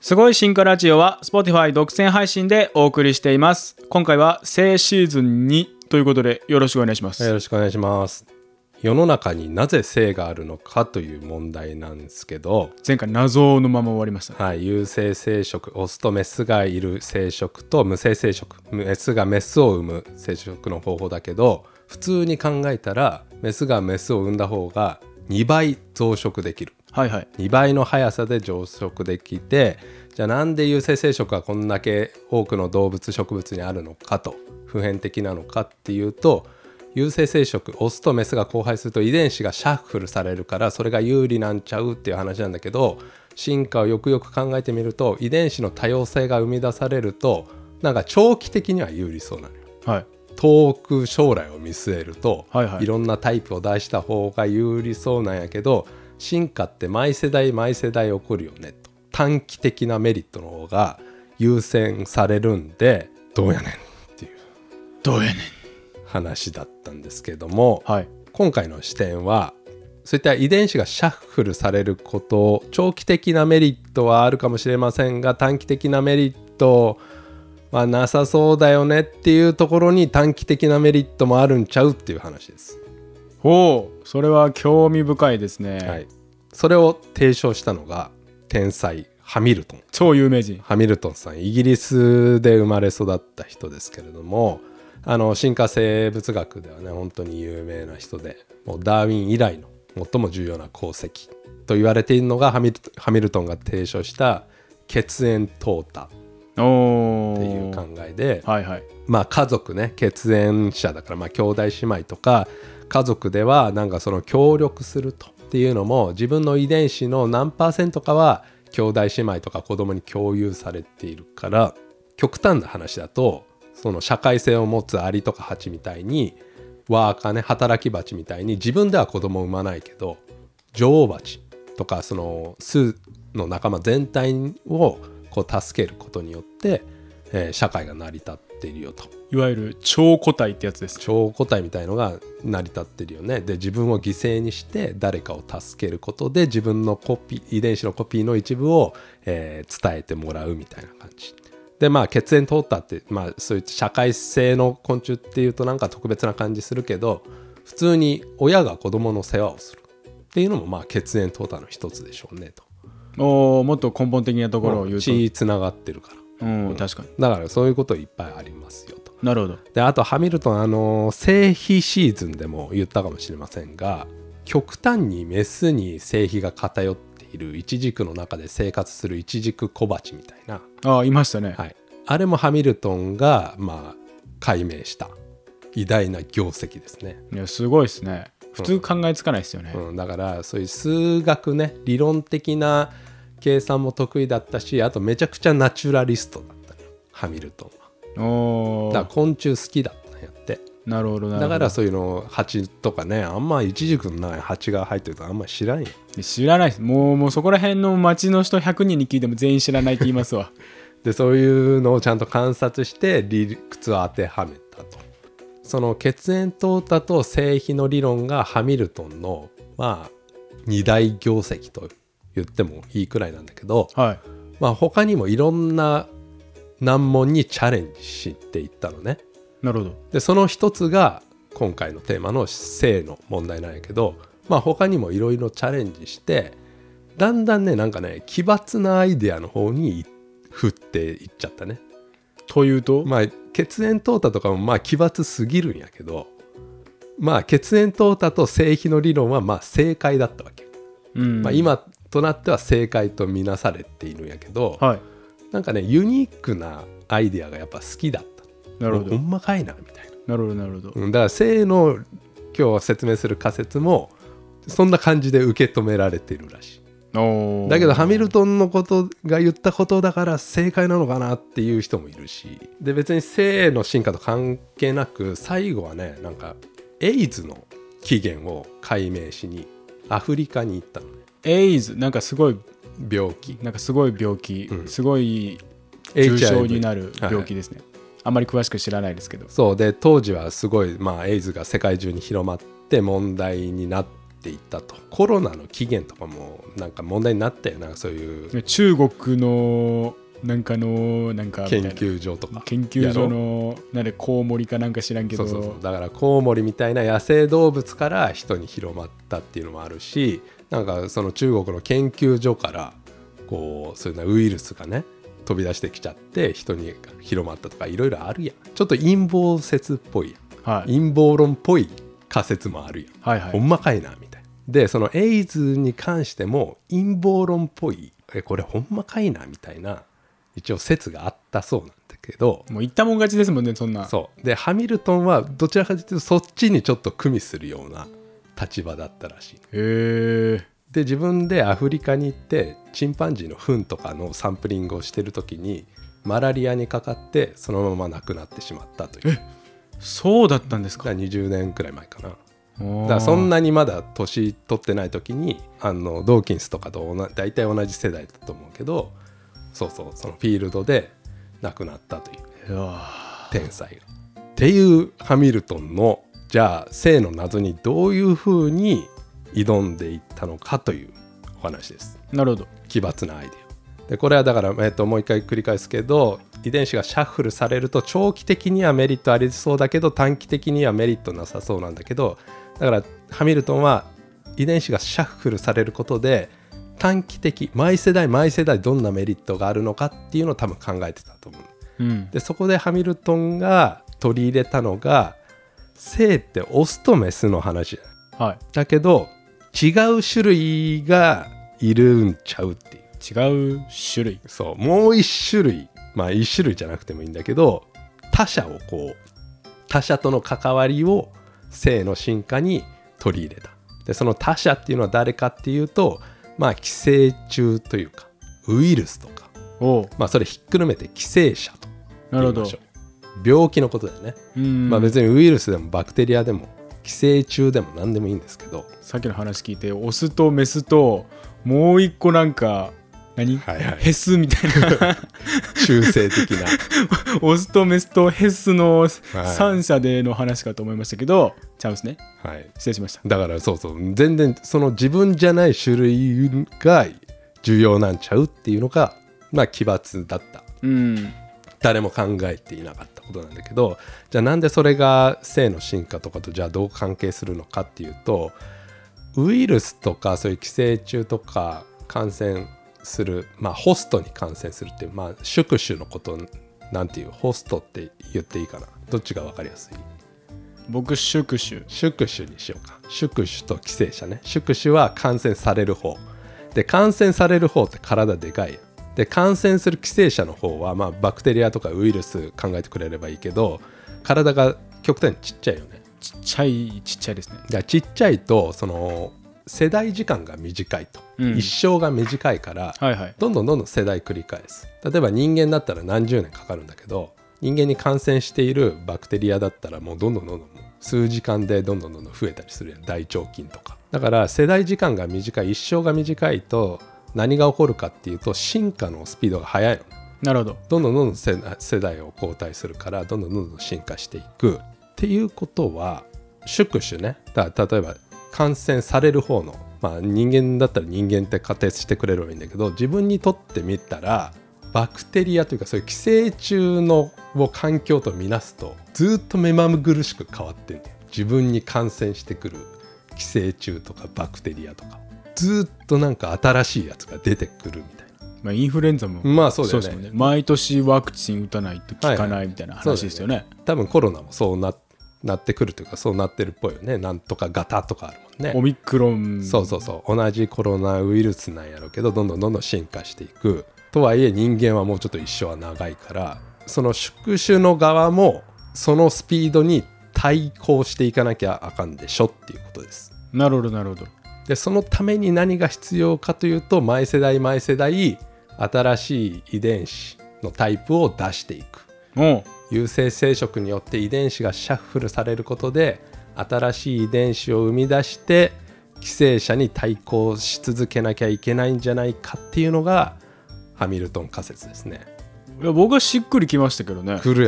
すごい進化ラジオは Spotify 独占配信でお送りしています。今回は性シーズン2ということでよろしくお願いします。 よろしくお願いします。世の中になぜ性があるのかという問題なんですけど、 前回謎のまま終わりましたね。 はい、有性生殖、オスとメスがいる生殖と無性生殖、メスがメスを産む生殖の方法だけど、普通に考えたらメスがメスを産んだ方が2倍増殖できる、 はいはい、 2倍の速さで増殖できて、じゃあなんで有性生殖はこんだけ多くの動物植物にあるのかと、普遍的なのかっていうと、有性生殖、オスとメスが交配すると遺伝子がシャッフルされるから、それが有利なんちゃうっていう話なんだけど、進化をよくよく考えてみると、遺伝子の多様性が生み出されると、なんか長期的には有利そうなのよ、 はい、 遠く将来を見据えると、 はいはい、 いろんなタイプを出した方が有利そうなんやけど、進化って毎世代毎世代起こるよねと、短期的なメリットの方が優先されるんで、どうやねんっていうどうやねん話だったんですけども、 はい、 今回の視点はそういった遺伝子がシャッフルされること、長期的なメリットはあるかもしれませんが、短期的なメリットはなさそうだよねっていうところに、短期的なメリットもあるんちゃうっていう話です。 ほう、それは興味深いですね。 はい、それを提唱したのが天才ハミルトン、 超有名人ハミルトンさん、イギリスで生まれ育った人ですけれども、進化生物学ではね本当に有名な人で、もうダーウィン以来の最も重要な功績と言われているのがハミルトンが提唱した血縁淘汰っていう考えで、 はいはい、 まあ家族ね、血縁者だから、まあ兄弟姉妹とか家族ではなんかその協力するとっていうのも、自分の遺伝子の何%かは兄弟姉妹とか子供に共有されているから、極端な話だとその社会性を持つアリとかハチみたいに、ワーカーね、働き蜂みたいに自分では子供を産まないけど、女王蜂とかその巣の仲間全体をこう助けることによって、社会が成り立っているよと。 いわゆる超個体ってやつです。 超個体みたいのが成り立ってるよね。で、自分を犠牲にして誰かを助けることで、自分の遺伝子のコピーの一部を、伝えてもらうみたいな感じで、まあ血縁淘汰って、まあそういった社会性の昆虫っていうとなんか特別な感じするけど、普通に親が子供の世話をするっていうのもまあ血縁淘汰の一つでしょうねと。 もっと根本的なところを言うと、 血つながってるから、 確かに。 だからそういうこといっぱいありますよと。 なるほど。 で、あとハミルトン、性比シーズンでも言ったかもしれませんが、極端にメスに性比が偏っているイチジクの中で生活するイチジク小鉢みたいな、 いましたね。 はい、あれもハミルトンがまあ解明した偉大な業績ですね。 いや、すごいですね。普通考えつかないですよね。 だからそういう数学ね、理論的な計算も得意だったし、あとめちゃくちゃナチュラリストだったのよ、ハミルトンは。だから昆虫好きだったんやって。 なるほどなるほど。 だからそういうの蜂とかね、あんまイチジクのない蜂が入ってるとあんま知らんよ。 知らないです。もうそこら辺の町の人100人に聞いても全員知らないって言いますわ。 で、そういうのをちゃんと観察して理屈を当てはめたと。その血縁淘汰と性比の理論がハミルトンのまあ二大業績と言ってもいいくらいなんだけど、 はい、 まあ他にもいろんな難問にチャレンジしていったのね。 なるほど。 で、その一つが今回のテーマの性の問題なんやけど、まあ他にもいろいろチャレンジして、だんだんね、なんかね、奇抜なアイデアの方に振っていっちゃったね。 というと、 まあ血縁淘汰とかもまあ奇抜すぎるんやけど、まあ血縁淘汰と性比の理論はまあ正解だったわけ、まあ、今となっては正解とみなされているんやけど、 はい、 なんかね、ユニークなアイデアがやっぱ好きだった。 なるほど。 ほんまかいなみたいな。 なるほどなるほど。 だから性の今日説明する仮説もそんな感じで受け止められているらしい。だけどハミルトンのことが言ったことだから正解なのかなっていう人もいるし、で別に性の進化と関係なく、最後はね、なんかエイズの起源を解明しにアフリカに行ったのね。 エイズ、なんかすごい病気、 なんかすごい病気、すごい重症になる病気ですね、はい、あんまり詳しく知らないですけど。 そうで、当時はすごい、まあ、エイズが世界中に広まって問題になってていったと。コロナの起源とかもなんか問題になったよな、そういう中国のなんか研究所とか研究所のなんでコウモリかなんか知らんけど、 そうだからコウモリみたいな野生動物から人に広まったっていうのもあるし、なんかその中国の研究所からこうそういうウイルスがね飛び出してきちゃって人に広まったとかいろいろあるやん。ちょっと陰謀説っぽいやん、陰謀論っぽい仮説もあるやん、ほんまかいなみたいな。でそのエイズに関しても陰謀論っぽいこれほんまかいなみたいな一応説があったそうなんだけど、 もう言ったもん勝ちですもんね、そんな。 そうでハミルトンはどちらかというとそっちにちょっと組みするような立場だったらしい。で自分でアフリカに行ってチンパンジーの糞とかのサンプリングをしてる時にマラリアにかかってそのまま亡くなってしまったという。 そうだったんですか。 20年くらい前かな。だからそんなにまだ年取ってない時にドーキンスとかと大体同じ世代だと思うけど、そのフィールドで亡くなったという天才がっていうハミルトンのじゃあ性の謎にどういうふうに挑んでいったのかというお話です。 なるほど。 奇抜なアイデアで、これはだから、もう一回繰り返すけど、遺伝子がシャッフルされると長期的にはメリットありそうだけど短期的にはメリットなさそうなんだけど、だからハミルトンは遺伝子がシャッフルされることで短期的毎世代どんなメリットがあるのかっていうのを多分考えてたと思う、でそこでハミルトンが取り入れたのが性ってオスとメスの話じゃない、だけど違う種類がいるんちゃうっていう。 違う種類、 そうもう一種類、一種類じゃなくてもいいんだけど他者との関わりを性の進化に取り入れた。でその他者っていうのは誰かっていうと、寄生虫というかウイルスとか、それひっくるめて寄生者と言いましょう。病気のことだよね。別にウイルスでもバクテリアでも寄生虫でも何でもいいんですけど、 さっきの話聞いてオスとメスともう一個なんかヘスみたいな中性的なオスとメスとヘスの3者での話かと思いましたけど、ちゃうんですね。失礼しました。 だからそう全然その自分じゃない種類が重要なんちゃうっていうのが奇抜だった、誰も考えていなかったことなんだけど、じゃあなんでそれが性の進化とかとじゃあどう関係するのかっていうと、ウイルスとかそういう寄生虫とか感染する、ホストに感染するっていう、宿主のことなんていう、ホストって言っていいかな、どっちが分かりやすい？ 僕宿主にしようか。宿主と寄生者ね。宿主は感染される方で、感染される方って体でかいやん。で感染する寄生者の方は、バクテリアとかウイルス考えてくれればいいけど、体が極端にちっちゃいよね。 ちっちゃいですね。 だからちっちゃいとその世代時間が短いと、一生が短いから、どんどん世代繰り返す。例えば人間だったら何十年かかるんだけど、人間に感染しているバクテリアだったらもうどんどん数時間でどんどん増えたりするやん、大腸菌とか。だから世代時間が短い、一生が短いと何が起こるかっていうと、進化のスピードが速いの。 なるほど。 どんどん世代を交代するから、どんどん進化していくっていうことは、宿主ね。だから例えば感染される方の、人間だったら人間って仮定してくれればいいんだけど、自分にとってみたらバクテリアというかそういう寄生虫のを環境とみなすとずっと目まぐるしく変わってんね。自分に感染してくる寄生虫とかバクテリアとか、ずっとなんか新しいやつが出てくるみたいな。 インフルエンザもそうだよね。 毎年ワクチン打たないと効かないみたいな話ですよね。 多分コロナもそうなってくるというか、そうなってるっぽいよね。なんとか型とかあるもんね。 オミクロン。 そう同じコロナウイルスなんやろうけど、どんどん進化していく。とはいえ人間はもうちょっと一生は長いから、その宿主の側もそのスピードに対抗していかなきゃあかんでしょっていうことです。 なるほど。 でそのために何が必要かというと、毎世代新しい遺伝子のタイプを出していく。有性生殖によって遺伝子がシャッフルされることで新しい遺伝子を生み出して寄生者に対抗し続けなきゃいけないんじゃないかっていうのがハミルトン仮説ですね。 いや僕はしっくりきましたけどね。 くるやろ。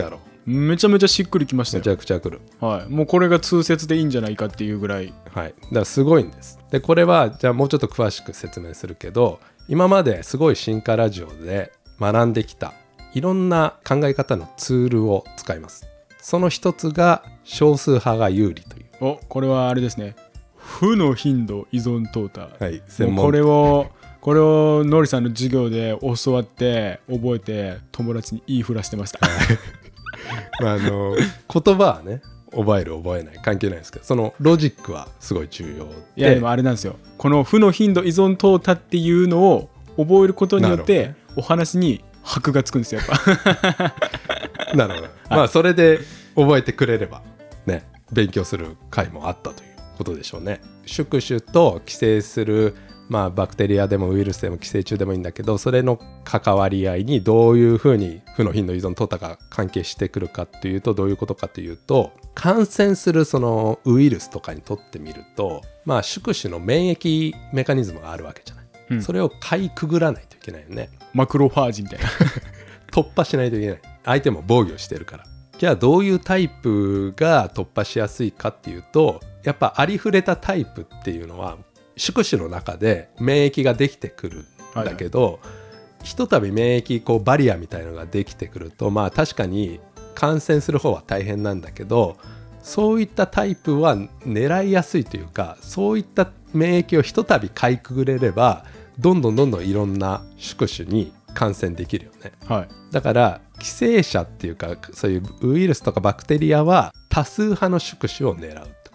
めちゃめちゃしっくりきましたよ。 めちゃくちゃくる。 はい、もうこれが通説でいいんじゃないかっていうぐらい。 はい、だからすごいんです。でこれはじゃあもうちょっと詳しく説明するけど、今まですごい進化ラジオで学んできたいろんな考え方のツールを使います。その一つが少数派が有利という。 これはあれですね、負の頻度依存淘汰。 はい、 専門。これをノリさんの授業で教わって覚えて友達に言いふらしてました。 まあ言葉はね、覚える覚えない関係ないですけど、そのロジックはすごい重要で。 いやでもあれなんですよ、この負の頻度依存淘汰っていうのを覚えることによって、ね、お話に箔がつくんですよ、やっぱ。なるほど。まあそれで覚えてくれればね、勉強する回もあったということでしょうね。宿主と寄生する、まあ、バクテリアでもウイルスでも寄生虫でもいいんだけど、それの関わり合いにどういうふうに負の頻度依存淘汰が関係してくるかというと、どういうことかというと、感染するそのウイルスとかにとってみると、まあ宿主の免疫メカニズムがあるわけじゃない、うん、それをかいくぐらないといけないよね。 マクロファージみたいな突破しないといけない。相手も防御してるから。じゃあどういうタイプが突破しやすいかっていうと、やっぱありふれたタイプっていうのは宿主の中で免疫ができてくるんだけど、はいはい、ひとたび免疫バリアみたいのができてくると、まあ確かに感染する方は大変なんだけど、そういったタイプは狙いやすいというか、そういった免疫をひとたびかいくぐれればどんどんいろんな宿主に感染できるよね、はい、だから寄生者っていうか、そういうウイルスとかバクテリアは多数派の宿主を狙うってこと。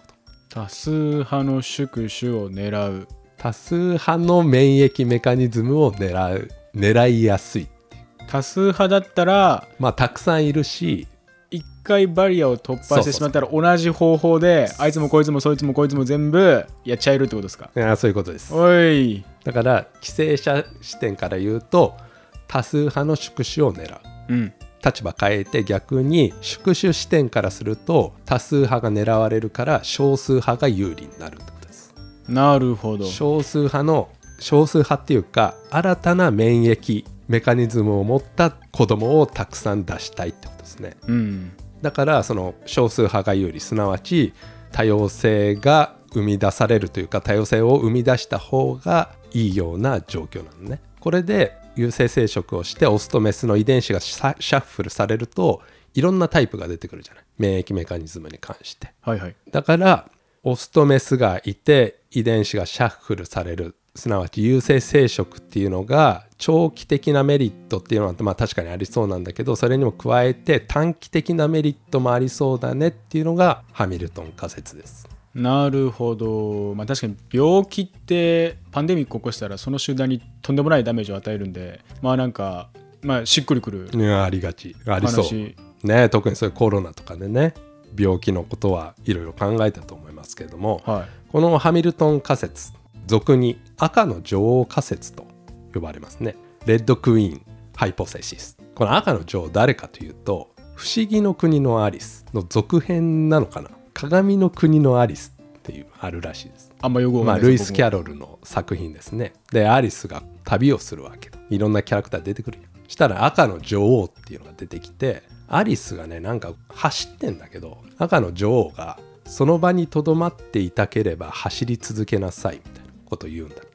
多数派の宿主を狙う。 多数派の免疫メカニズムを狙いやすいっていう。 多数派だったらまあたくさんいるし、 一回バリアを突破してしまったら同じ方法であいつもこいつもそいつもこいつも全部やっちゃえるってことですか。 いや、そういうことです。 おい、 だから寄生者視点から言うと多数派の宿主を狙う、うん、立場変えて逆に宿主視点からすると多数派が狙われるから少数派が有利になるってことです。 なるほど。 少数派っていうか新たな免疫メカニズムを持った子供をたくさん出したいってことですね、うん、だからその少数派が有利、すなわち多様性が生み出されるというか、多様性を生み出した方がいいような状況なのね。これで有性生殖をしてオスとメスの遺伝子がシャッフルされるといろんなタイプが出てくるじゃない、免疫メカニズムに関して、はいはい、だからオスとメスがいて遺伝子がシャッフルされる、すなわち有性生殖っていうのが長期的なメリットっていうのはまあ確かにありそうなんだけど、それにも加えて短期的なメリットもありそうだねっていうのがハミルトン仮説です。 なるほど、まあ、確かに病気ってパンデミック起こしたらその集団にとんでもないダメージを与えるんで、まあなんか、まあ、しっくりくる。 いや、ありがち、ありそうね。特にそういうコロナとかでね、病気のことはいろいろ考えたと思いますけれども、はい、このハミルトン仮説、俗に赤の女王仮説と呼ばれますね。レッドクイーンハイポセシス。この赤の女王誰かというと、不思議の国のアリスの続編なのかな、鏡の国のアリスっていうあるらしいです。 あんまよくわかんないです。 ルイス・キャロルの作品ですね。でアリスが旅をするわけで、いろんなキャラクター出てくるよ。したら赤の女王っていうのが出てきて、アリスがねなんか走ってんだけど、赤の女王がその場にとどまっていたければ走り続けなさいみたいなことを言うんだって。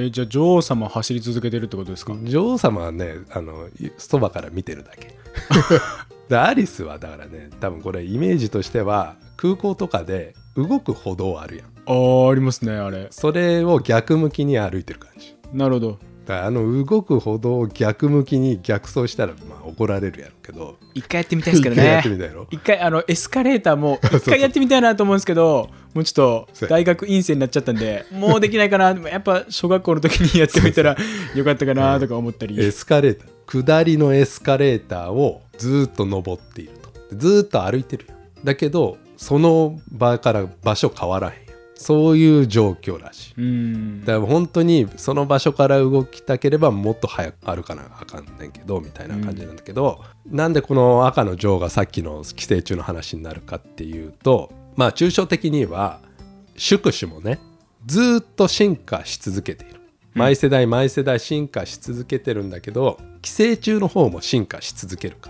じゃあ女王様走り続けてるってことですか。 女王様はねそばから見てるだけでアリスはだからね、多分これイメージとしては空港とかで動く歩道あるやん。 ありますね。あれそれを逆向きに歩いてる感じ。 なるほど。 だから動く歩道を逆向きに逆走したらまあ怒られるやろうけど、 一回やってみたいですけどね。 一回やってみたいの。 一回エスカレーターも一回やってみたいなと思うんですけどもうちょっと大学院生になっちゃったんでもうできないかな。やっぱ小学校の時にやってみたらよかったかなとか思ったり。 エスカレーター、下りのエスカレーターをずっと登っていると、ずっと歩いてるよ。だけどその場から場所変わらへんよ。そういう状況らしい。だから本当にその場所から動きたければもっと早く歩かなあかんねんけどみたいな感じなんだけど、なんでこの赤の女王がさっきの寄生虫の話になるかっていうと、まあ抽象的には宿主もねずっと進化し続けている。毎世代毎世代進化し続けてるんだけど、寄生虫の方も進化し続けるから、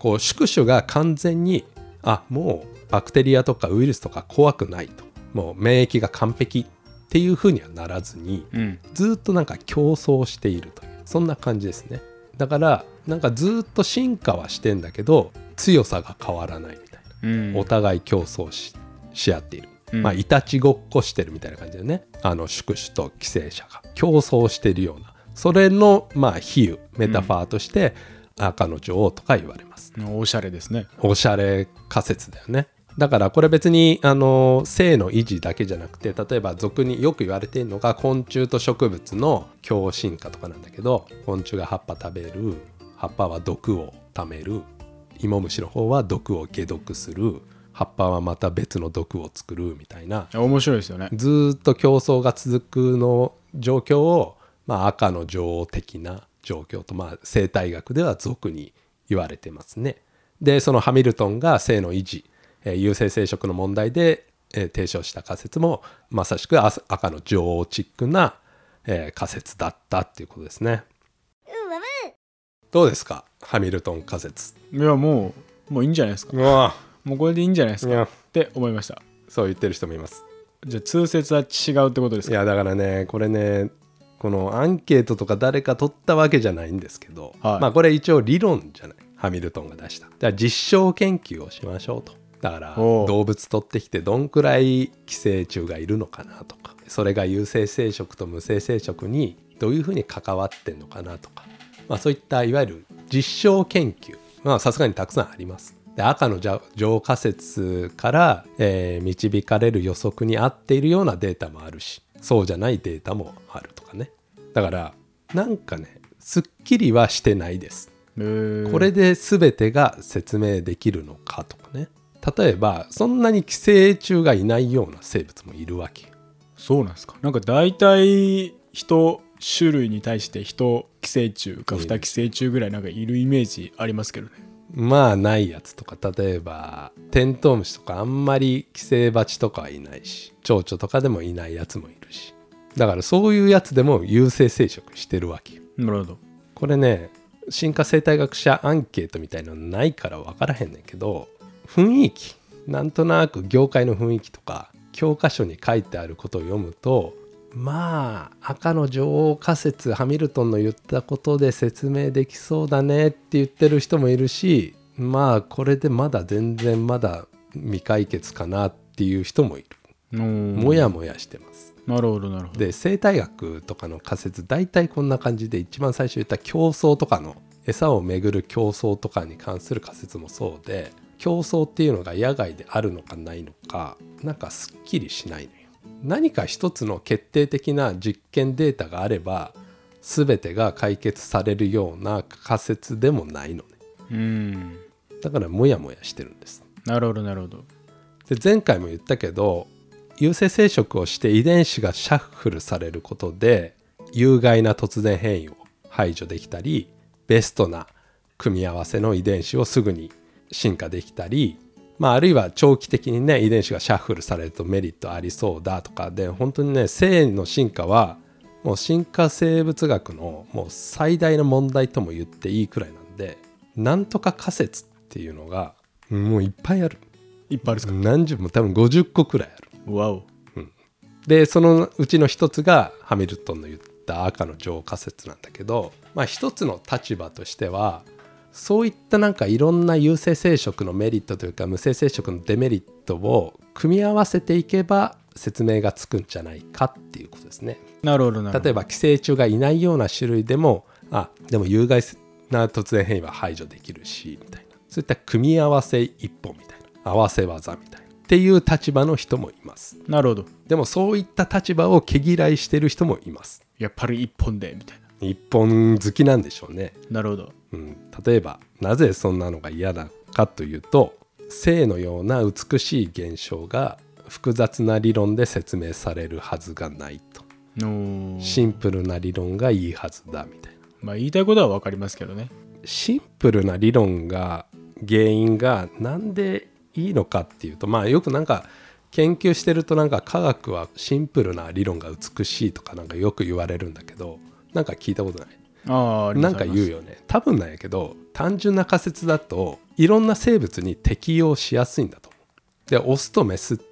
こう宿主が完全にもうバクテリアとかウイルスとか怖くないと、もう免疫が完璧っていう風にはならずに、ずっとなんか競争しているという、そんな感じですね。だからなんかずっと進化はしてんだけど強さが変わらないみたいな、お互い競争 し合っている、いたちごっこしてるみたいな感じでね、宿主と寄生者が競争しているような、それの比喩メタファーとして、赤の女王とか言われます。 おしゃれですね。 おしゃれ仮説だよね。だからこれ別に性の維持だけじゃなくて、例えば俗によく言われているのが昆虫と植物の共進化とかなんだけど、昆虫が葉っぱ食べる、葉っぱは毒を貯める、芋虫の方は毒を解毒する、葉っぱはまた別の毒を作るみたいな、 面白いですよね。 ずっと競争が続くの状況を、赤の女王的な状況と、生態学では俗に言われてますね。でそのハミルトンが性の維持、有性生殖の問題で、提唱した仮説もまさしく赤の女王チックな、仮説だったっていうことですね。どうですかハミルトン仮説。 いやもういいんじゃないですか。もうこれでいいんじゃないですかって思いました。 そう言ってる人もいます。 じゃあ通説は違うってことですか。 いやだからね、これね、このアンケートとか誰か取ったわけじゃないんですけど、これ一応理論じゃない、ハミルトンが出した。じゃあ実証研究をしましょうと。だから動物取ってきてどんくらい寄生虫がいるのかなとか、それが有性生殖と無性生殖にどういうふうに関わってんのかなとか、そういったいわゆる実証研究、さすがにたくさんあります。で赤の女王仮説から、導かれる予測に合っているようなデータもあるし、そうじゃないデータもあるとかね。だからなんかね、すっきりはしてないです。これで全てが説明できるのかとかね。例えばそんなに寄生虫がいないような生物もいるわけ。 そうなんですか。なんか大体1種類に対して1寄生虫か2寄生虫ぐらいなんかいるイメージありますけどね。 ないやつとか、例えばテントウムシとかあんまり寄生バチとかはいないし、蝶々とかでもいないやつもいるし、だからそういうやつでも有性生殖してるわけよ。 なるほど。 これね、進化生態学者アンケートみたいなのないから分からへんねんけど、雰囲気、なんとなく業界の雰囲気とか教科書に書いてあることを読むと、赤の女王仮説、ハミルトンの言ったことで説明できそうだねって言ってる人もいるし、これでまだ全然まだ未解決かなっていう人もいる。もやもやしてます。 なるほどなるほど。 で生態学とかの仮説大体こんな感じで、一番最初言った競争とかの餌をめぐる競争とかに関する仮説もそうで、競争っていうのが野外であるのかないのか、なんかすっきりしないのよ。何か一つの決定的な実験データがあれば全てが解決されるような仮説でもないのね。だからモヤモヤしてるんです。 なるほどなるほど。 で前回も言ったけど、有性生殖をして遺伝子がシャッフルされることで有害な突然変異を排除できたり、ベストな組み合わせの遺伝子をすぐに進化できたり、あるいは長期的にね遺伝子がシャッフルされるとメリットありそうだとかで、本当にね性の進化はもう進化生物学のもう最大の問題とも言っていいくらいなんで、なんとか仮説っていうのがもういっぱいある。 いっぱいあるんですか。 何十も多分50個くらいある。 わお。 でそのうちの一つがハミルトンの言った赤の女王仮説なんだけど、一つの立場としては、そういったなんかいろんな有性生殖のメリットというか無性生殖のデメリットを組み合わせていけば説明がつくんじゃないかっていうことですね。 なるほどなるほど。 例えば寄生虫がいないような種類でもでも有害な突然変異は排除できるしみたいな、そういった組み合わせ一本みたいな、合わせ技みたいなっていう立場の人もいます。 なるほど。 でもそういった立場を毛嫌いしてる人もいます。 やっぱり一本でみたいな。 一本好きなんでしょうね。 なるほど。 例えばなぜそんなのが嫌だかというと、性のような美しい現象が複雑な理論で説明されるはずがないと。シンプルな理論がいいはずだみたいな。 言いたいことは分かりますけどね。 シンプルな理論が原因がなんでいいのかっていうと、よくなんか研究してるとなんか科学はシンプルな理論が美しいとかなんかよく言われるんだけど、なんか聞いたことない？なんか言うよね。多分なんやけど、単純な仮説だといろんな生物に適応しやすいんだと思う。でオスとメスって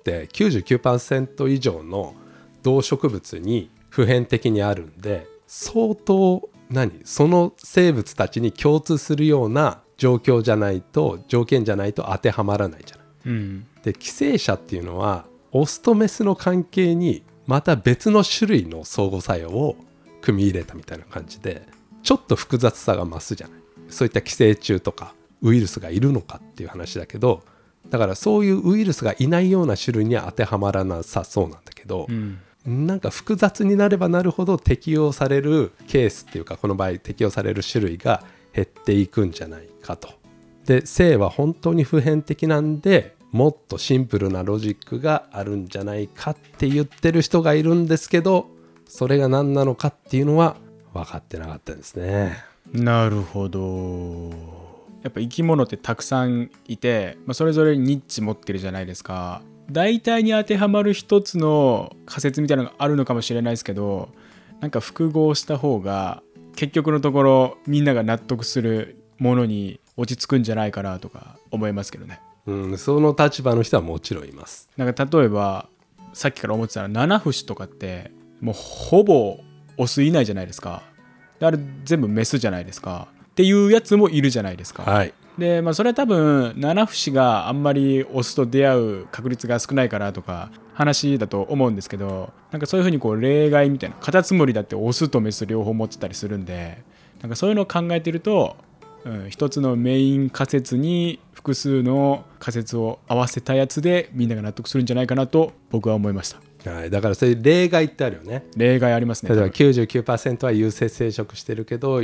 99% 以上の動植物に普遍的にあるんで、相当その生物たちに共通するような条件じゃないと当てはまらないじゃない、うん、で寄生者っていうのはオスとメスの関係にまた別の種類の相互作用を組み入れたみたいな感じで、ちょっと複雑さが増すじゃない。そういった寄生虫とかウイルスがいるのかっていう話だけど、だからそういうウイルスがいないような種類には当てはまらなさそうなんだけど、なんか複雑になればなるほど適用されるケースっていうか、この場合適用される種類が減っていくんじゃないかと。で性は本当に普遍的なんで、もっとシンプルなロジックがあるんじゃないかって言ってる人がいるんですけど、それが何なのかっていうのは分かってなかったんですね。 なるほど。やっぱ生き物ってたくさんいて、それぞれニッチ持ってるじゃないですか。大体に当てはまる一つの仮説みたいなのがあるのかもしれないですけど、なんか複合した方が結局のところみんなが納得するものに落ち着くんじゃないかなとか思いますけどね。 その立場の人はもちろんいます。 なんか例えばさっきから思ってたら七節とかってもうほぼオスいないじゃないですか。であれ全部メスじゃないですかっていうやつもいるじゃないですか、 はい。 でそれは多分七節があんまりオスと出会う確率が少ないからとか話だと思うんですけど、なんかそういう風にこう例外みたいな、カタツムリだってオスとメス両方持ってたりするんで、なんかそういうのを考えてると、一つのメイン仮説に複数の仮説を合わせたやつでみんなが納得するんじゃないかなと僕は思いました。 はい、だからそういう例外ってあるよね。 例外ありますね。 例えば 99% は有性生殖してるけど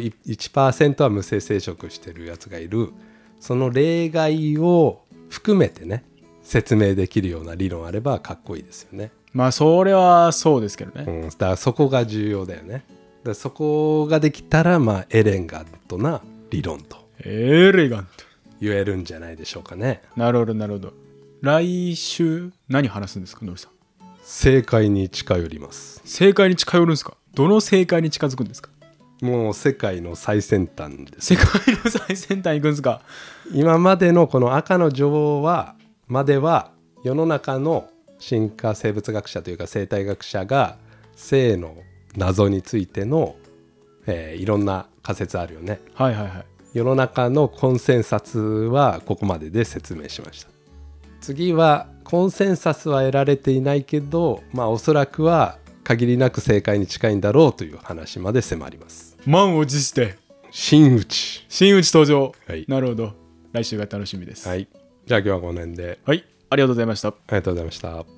1% は無性生殖してるやつがいる。その例外を含めてね説明できるような理論あればかっこいいですよね。 それはそうですけどね、 だからそこが重要だよね。だからそこができたらエレガントな理論とエレガント言えるんじゃないでしょうかね。 なるほどなるほど。来週何話すんですか、のりさん。 正解に近寄ります。 正解に近寄るんですか。どの正解に近づくんですか。 もう世界の最先端です、 ね、世界の最先端行くんですか。 今までのこの赤の女王までは世の中の進化生物学者というか生態学者が性の謎についての、いろんな仮説あるよね。 はいはいはい。 世の中のコンセンサスはここまでで説明しました。次はコンセンサスは得られていないけど、おそらくは限りなく正解に近いんだろうという話まで迫ります。 満を持して真打ち登場、 はい、 なるほど。来週が楽しみです。 はい、じゃあ今日はこの辺で。 はい、ありがとうございました。 ありがとうございました。